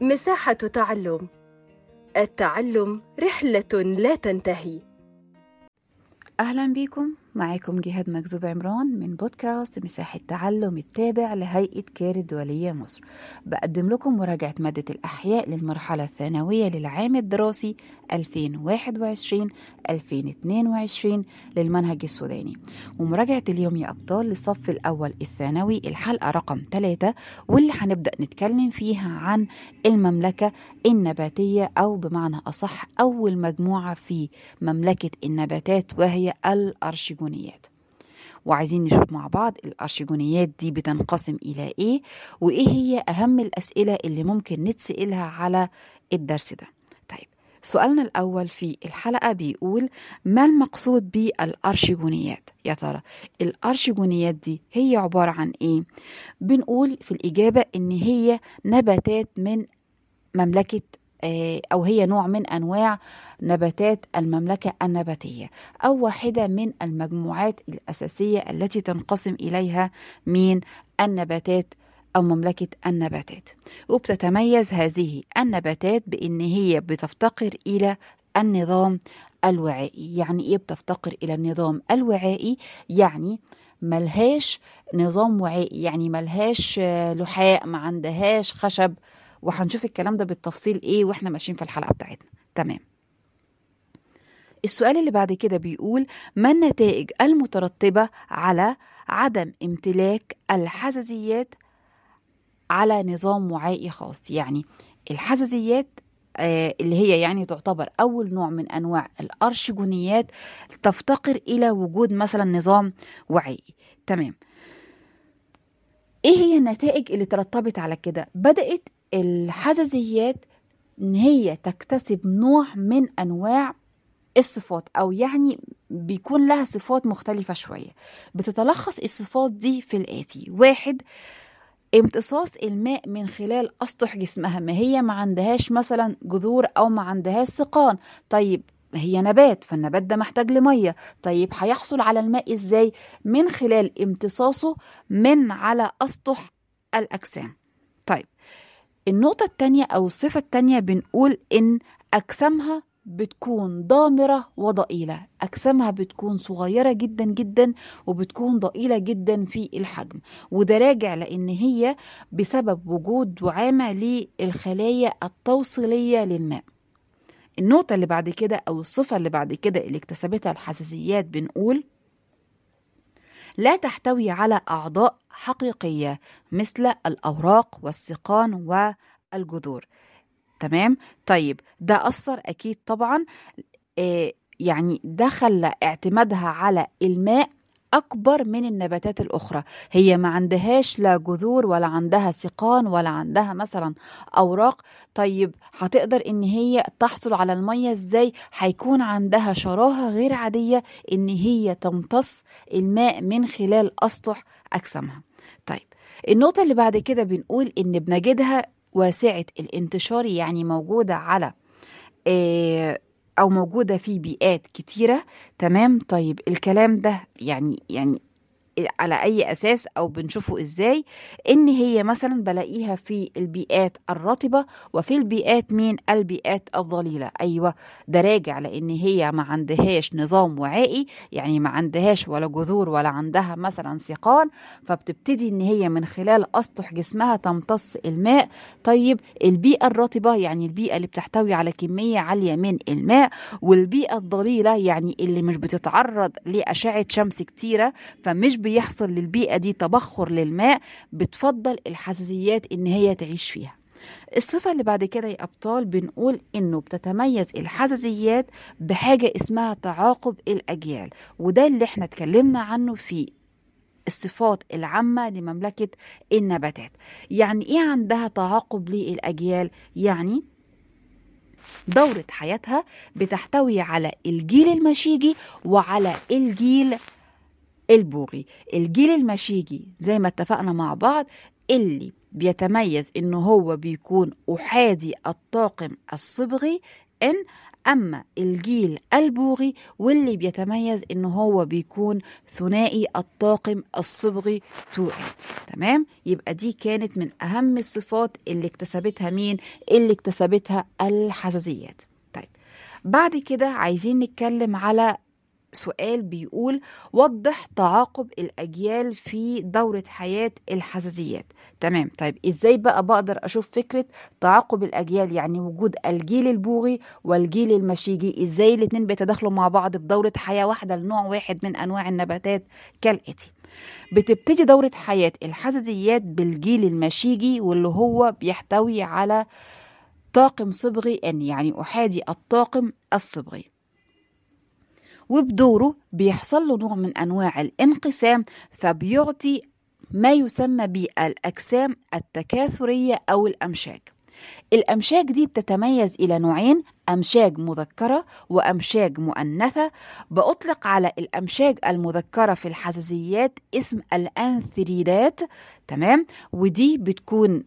مساحة تعلم. التعلم رحلة لا تنتهي. أهلا بكم، معاكم جهاد مكذوب عمران من بودكاست مساحة تعلم التابع لهيئة كير الدولية مصر. بقدم لكم مراجعة مادة الأحياء للمرحلة الثانوية للعام الدراسي 2021-2022 للمنهج السوداني، ومراجعة اليوم يا أبطال للصف الأول الثانوي الحلقة رقم 3، واللي هنبدأ نتكلم فيها عن المملكة النباتية، أو بمعنى أصح أول مجموعة في مملكة النباتات وهي الأرشيجونيات. وعايزين نشوف مع بعض الأرشيجونيات دي بتنقسم إلى إيه، وإيه هي أهم الأسئلة اللي ممكن نتسألها على الدرس ده. طيب، سؤالنا الأول في الحلقة بيقول: ما المقصود بالأرشيجونيات؟ يا ترى الأرشيجونيات دي هي عبارة عن إيه؟ بنقول في الإجابة إن هي نباتات من مملكة، أو هي نوع من أنواع نباتات المملكة النباتية، أو واحدة من المجموعات الأساسية التي تنقسم إليها من النباتات أو مملكة النباتات. وبتتميز هذه النباتات بأن هي بتفتقر إلى النظام الوعائي. يعني إيه بتفتقر إلى النظام الوعائي؟ يعني ملهاش نظام وعائي، يعني ملهاش لحاء، ما عندهاش خشب، وهنشوف الكلام ده بالتفصيل ايه واحنا ماشيين في الحلقة بتاعتنا. تمام. السؤال اللي بعد كده بيقول: ما النتائج المترتبة على عدم امتلاك الحزازيات على نظام وعائي خاص؟ يعني الحزازيات اللي هي يعني تعتبر أول نوع من أنواع الأرشيجونيات تفتقر إلى وجود مثلا نظام وعائي. تمام. ايه هي النتائج اللي ترتبت على كده؟ بدأت الحزازيات ان هي تكتسب نوع من انواع الصفات، او يعني بيكون لها صفات مختلفة شوية. بتتلخص الصفات دي في الآتي: 1، امتصاص الماء من خلال أسطح جسمها. ما هي ما عندهاش مثلا جذور أو ما عندهاش سقان، طيب هي نبات، فالنبات ده محتاج لمية. طيب هيحصل على الماء ازاي؟ من خلال امتصاصه من على أسطح الأجسام. طيب، النقطة التانية أو الصفة التانية بنقول إن أجسامها بتكون ضامرة وضئيلة. أجسامها بتكون صغيرة جدا جدا وبتكون ضئيلة جدا في الحجم، وده راجع لأن هي بسبب وجود دعامة للخلايا التوصيلية للماء. النقطة اللي بعد كده أو الصفة اللي بعد كده اللي اكتسبتها الحساسيات بنقول: لا تحتوي على أعضاء حقيقية مثل الأوراق والسقان والجذور. تمام. طيب، ده أثر أكيد طبعا، يعني ده خلى اعتمادها على الماء أكبر من النباتات الأخرى. هي ما عندهاش لا جذور ولا عندها سقان ولا عندها مثلا أوراق. طيب هتقدر إن هي تحصل على المية إزاي؟ هيكون عندها شراهة غير عادية إن هي تمتص الماء من خلال أسطح أجسامها. طيب، النقطة اللي بعد كده بنقول إن بنجدها واسعة الانتشار، يعني موجودة على أو موجودة في بيئات كتيرة. تمام. طيب، الكلام ده يعني على أي أساس أو بنشوفه إزاي؟ إن هي مثلا بلاقيها في البيئات الرطبة وفي البيئات من البيئات الظليلة. أيوة، ده راجع لأن هي ما عندهاش نظام وعائي، يعني ما عندهاش ولا جذور ولا عندها مثلا سقان، فبتبتدي إن هي من خلال أسطح جسمها تمتص الماء. طيب، البيئة الرطبة يعني البيئة اللي بتحتوي على كمية عالية من الماء، والبيئة الظليلة يعني اللي مش بتتعرض لأشعة شمس كتيرة، فمش بيحصل للبيئة دي تبخر للماء، بتفضل الحساسيات إن هي تعيش فيها. الصفة اللي بعد كده يا أبطال بنقول إنه بتتميز الحساسيات بحاجة اسمها تعاقب الأجيال، وده اللي احنا اتكلمنا عنه في الصفات العامة لمملكة النباتات. يعني إيه عندها تعاقب للأجيال؟ يعني دورة حياتها بتحتوي على الجيل المشيجي وعلى الجيل البوغي. الجيل المشيجي زي ما اتفقنا مع بعض اللي بيتميز انه هو بيكون احادي الطاقم الصبغي، ان أما الجيل البوغي واللي بيتميز إنه هو بيكون ثنائي الطاقم الصبغي 2N. تمام؟ يبقى دي كانت من أهم الصفات اللي اكتسبتها مين؟ اللي اكتسبتها الحزازيات. طيب بعد كده عايزين نتكلم على سؤال بيقول وضح تعاقب الأجيال في دورة حياة الحزازيات. تمام. طيب إزاي بقى بقدر أشوف فكرة تعاقب الأجيال، يعني وجود الجيل البوغي والجيل المشيجي، إزاي الاتنين بيتداخلوا مع بعض في دورة حياة واحدة لنوع واحد من أنواع النباتات كالآتي. بتبتدي دورة حياة الحزازيات بالجيل المشيجي واللي هو بيحتوي على طاقم صبغي N، يعني أحادي الطاقم الصبغي، وبدوره بيحصل له نوع من أنواع الانقسام فبيعطي ما يسمى بالأجسام التكاثرية أو الأمشاج. الأمشاج دي بتتميز إلى نوعين، أمشاج مذكرة وأمشاج مؤنثة. بأطلق على الأمشاج المذكرة في الحزازيات اسم الأنثريدات. تمام. ودي بتكون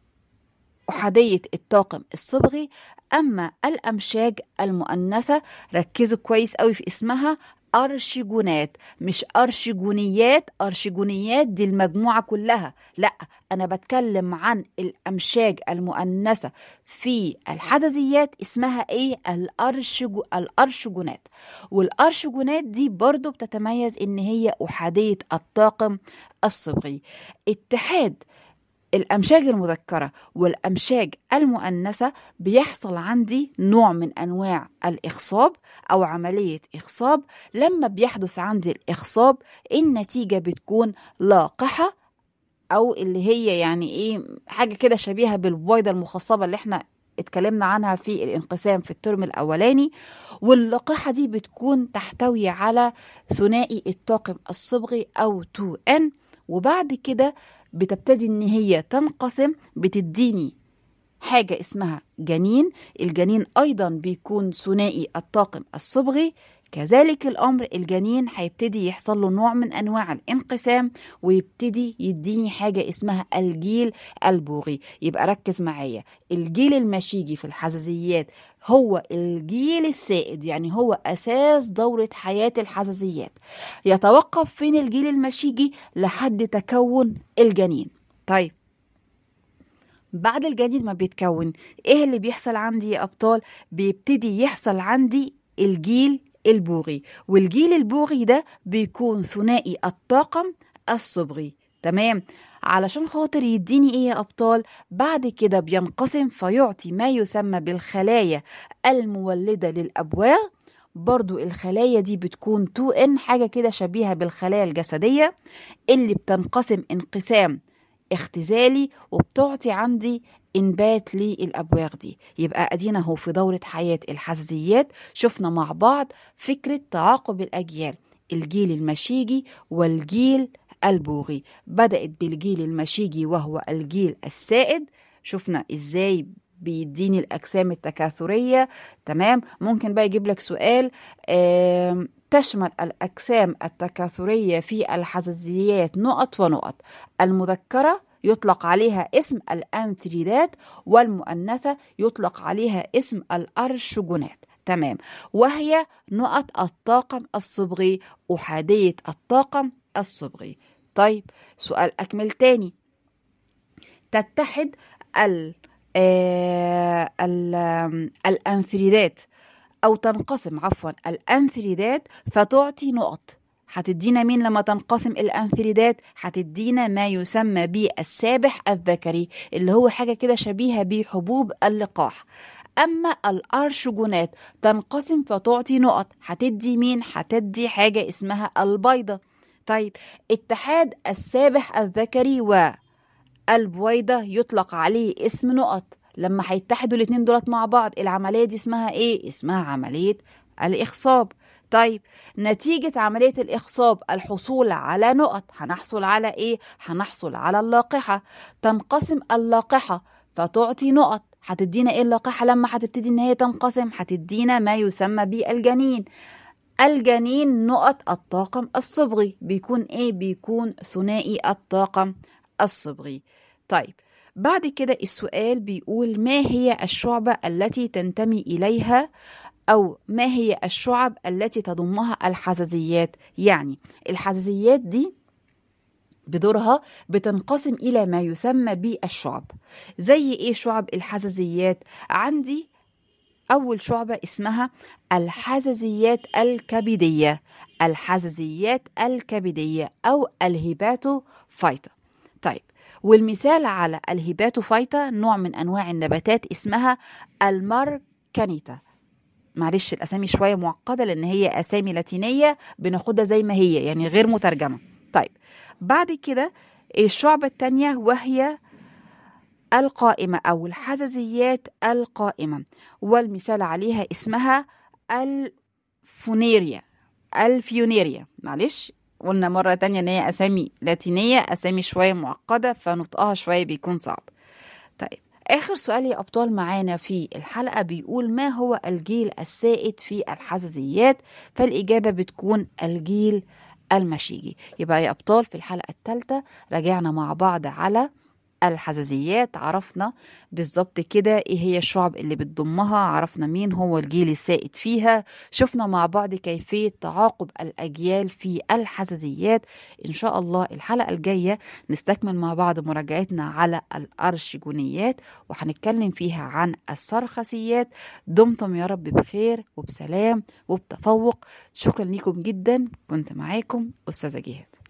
أحادية الطاقم الصبغي. أما الأمشاج المؤنثة ركزوا كويس قوي في اسمها، أرشيجونات، مش أرشيجونيات. أرشيجونيات دي المجموعة كلها، لا، أنا بتكلم عن الأمشاج المؤنثة في الحزازيات اسمها إيه؟ الأرشيجونات. والأرشيجونات دي برضو بتتميز إن هي أحادية الطاقم الصبغي. اتحاد الأمشاج المذكرة والأمشاج المؤنثة بيحصل عندي نوع من أنواع الإخصاب أو عملية إخصاب. لما بيحدث عندي الإخصاب النتيجة بتكون لاقحة، أو اللي هي يعني إيه، حاجة كده شبيهة بالبويضة المخصبة اللي احنا اتكلمنا عنها في الانقسام في الترم الأولاني. واللقاحة دي بتكون تحتوي على ثنائي الطاقم الصبغي أو 2N. وبعد كده بتبتدي ان هي تنقسم، بتديني حاجة اسمها جنين. الجنين ايضا بيكون ثنائي الطاقم الصبغي. كذلك الامر الجنين هيبتدي يحصل له نوع من انواع الانقسام ويبتدي يديني حاجة اسمها الجيل البوغي. يبقى ركز معايا، الجيل المشيجي في الحزازيات هو الجيل السائد، يعني هو أساس دورة حياة الحزازيات. يتوقف فين الجيل المشيجي؟ لحد تكون الجنين. طيب بعد الجنين ما بيتكون ايه اللي بيحصل عندي يا أبطال؟ بيبتدي يحصل عندي الجيل البوغي، والجيل البوغي ده بيكون ثنائي الطاقم الصبغي. تمام. علشان خاطر يديني ايه يا أبطال؟ بعد كده بينقسم فيعطي ما يسمى بالخلايا المولدة للأبواغ. برضو الخلايا دي بتكون 2N، حاجة كده شبيهة بالخلايا الجسدية اللي بتنقسم انقسام اختزالي وبتعطي عندي إنبات للأبواغ دي. يبقى أدينا هو في دورة حياة الحزازيات شفنا مع بعض فكرة تعاقب الأجيال، الجيل المشيجي والجيل البوغي. بدأت بالجيل المشيجي وهو الجيل السائد، شفنا إزاي بيديني الأجسام التكاثرية. تمام. ممكن بقى يجيب لك سؤال تشمل الأجسام التكاثرية في الحزازيات نقط ونقط. المذكرة يطلق عليها اسم الأنثريدات والمؤنثة يطلق عليها اسم الأرشجونات. تمام. وهي نقط الطاقم الصبغي، أحادية الطاقم الصبغي. طيب سؤال أكمل تاني. تتحد الأنثريدات أو تنقسم الأنثريدات فتعطي نقط. هتدينا مين لما تنقسم الأنثريدات؟ هتدينا ما يسمى بالسابح الذكري اللي هو حاجة كده شبيهة بحبوب اللقاح. أما الأرشجونات تنقسم فتعطي نقط، هتدي مين؟ هتدي حاجة اسمها البيضة. طيب اتحاد السابح الذكري والبويضة يطلق عليه اسم نقط. لما هيتحدوا الاتنين دولت مع بعض العملية دي اسمها ايه؟ اسمها عملية الإخصاب. طيب نتيجة عملية الإخصاب الحصول على نقط، هنحصل على ايه؟ هنحصل على اللاقحة. تنقسم اللاقحة فتعطي نقط، هتدينا ايه اللاقحة لما هتبتدي ان هي تنقسم؟ هتدينا ما يسمى بالجنين. الجنين نقط الطاقم الصبغي بيكون ايه؟ بيكون ثنائي الطاقم الصبغي. طيب بعد كده السؤال بيقول ما هي الشعبة التي تنتمي إليها أو ما هي الشعب التي تضمها الحزازيات؟ يعني الحزازيات دي بدورها بتنقسم إلى ما يسمى بالشعب. زي إيه شعب الحزازيات؟ عندي أول شعبة اسمها الحزازيات الكبدية، الحزازيات الكبدية أو الهيباتوفايتا. طيب، والمثال على الهيباتوفايتا نوع من أنواع النباتات اسمها الماركانيتا. معلش الأسامي شوية معقدة لأن هي أسامي لاتينية بناخدها زي ما هي، يعني غير مترجمة. طيب، بعد كده الشعبة التانية وهي القائمة أو الحزازيات القائمة، والمثال عليها اسمها الفيونيريا. معلش قلنا مرة تانية ان هي أسامي لاتينية، أسامي شوية معقدة فنطقها شوية بيكون صعب. طيب، آخر سؤال يا أبطال معانا في الحلقة بيقول ما هو الجيل السائد في الحزازيات؟ فالإجابة بتكون الجيل المشيجي. يبقى يا أبطال في الحلقة الثالثة راجعنا مع بعض على الحزازيات، عرفنا بالظبط كده ايه هي الشعب اللي بتضمها، عرفنا مين هو الجيل السائد فيها، شفنا مع بعض كيفية تعاقب الأجيال في الحزازيات. إن شاء الله الحلقة الجاية نستكمل مع بعض مراجعتنا على الأرشيجونيات وهنتكلم فيها عن السرخسيات. دمتم يا رب بخير وبسلام وبتفوق. شكرا لكم جدا، كنت معاكم أستاذة جهاد.